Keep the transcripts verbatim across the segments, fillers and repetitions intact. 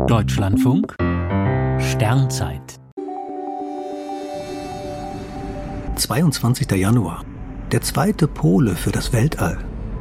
Deutschlandfunk Sternzeit zweiundzwanzigster Januar. Der zweite Pole für das Weltall.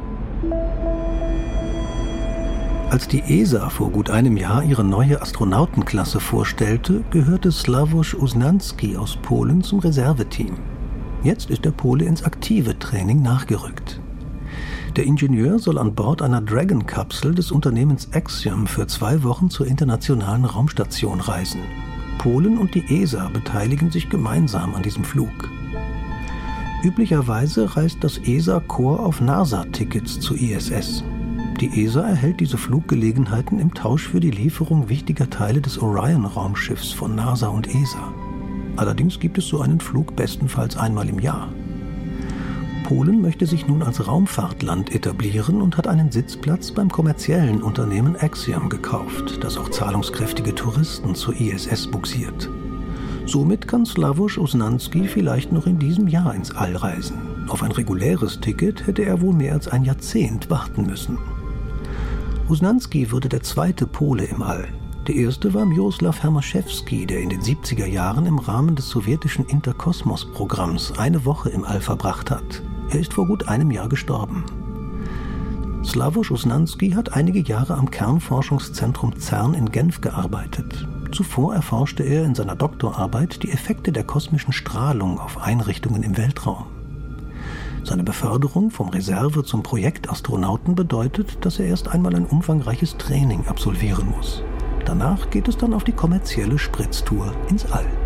Als die E S A vor gut einem Jahr ihre neue Astronautenklasse vorstellte, gehörte Sławomir Uznanski aus Polen zum Reserveteam. Jetzt ist der Pole ins aktive Training nachgerückt. Der Ingenieur soll an Bord einer Dragon-Kapsel des Unternehmens Axiom für zwei Wochen zur internationalen Raumstation reisen. Polen und die E S A beteiligen sich gemeinsam an diesem Flug. Üblicherweise reist das E S A-Korps auf NASA-Tickets zur I S S. Die E S A erhält diese Fluggelegenheiten im Tausch für die Lieferung wichtiger Teile des Orion-Raumschiffs von NASA und E S A. Allerdings gibt es so einen Flug bestenfalls einmal im Jahr. Polen möchte sich nun als Raumfahrtland etablieren und hat einen Sitzplatz beim kommerziellen Unternehmen Axiom gekauft, das auch zahlungskräftige Touristen zur I S S buxiert. Somit kann Sławomir Uznanski vielleicht noch in diesem Jahr ins All reisen. Auf ein reguläres Ticket hätte er wohl mehr als ein Jahrzehnt warten müssen. Uznanski wurde der zweite Pole im All. Der erste war Miroslav Hermaszewski, der in den siebziger Jahren im Rahmen des sowjetischen Interkosmos-Programms eine Woche im All verbracht hat. Er ist vor gut einem Jahr gestorben. Sławomir Uznanski hat einige Jahre am Kernforschungszentrum CERN in Genf gearbeitet. Zuvor erforschte er in seiner Doktorarbeit die Effekte der kosmischen Strahlung auf Einrichtungen im Weltraum. Seine Beförderung vom Reserve- zum Projektastronauten bedeutet, dass er erst einmal ein umfangreiches Training absolvieren muss. Danach geht es dann auf die kommerzielle Spritztour ins All.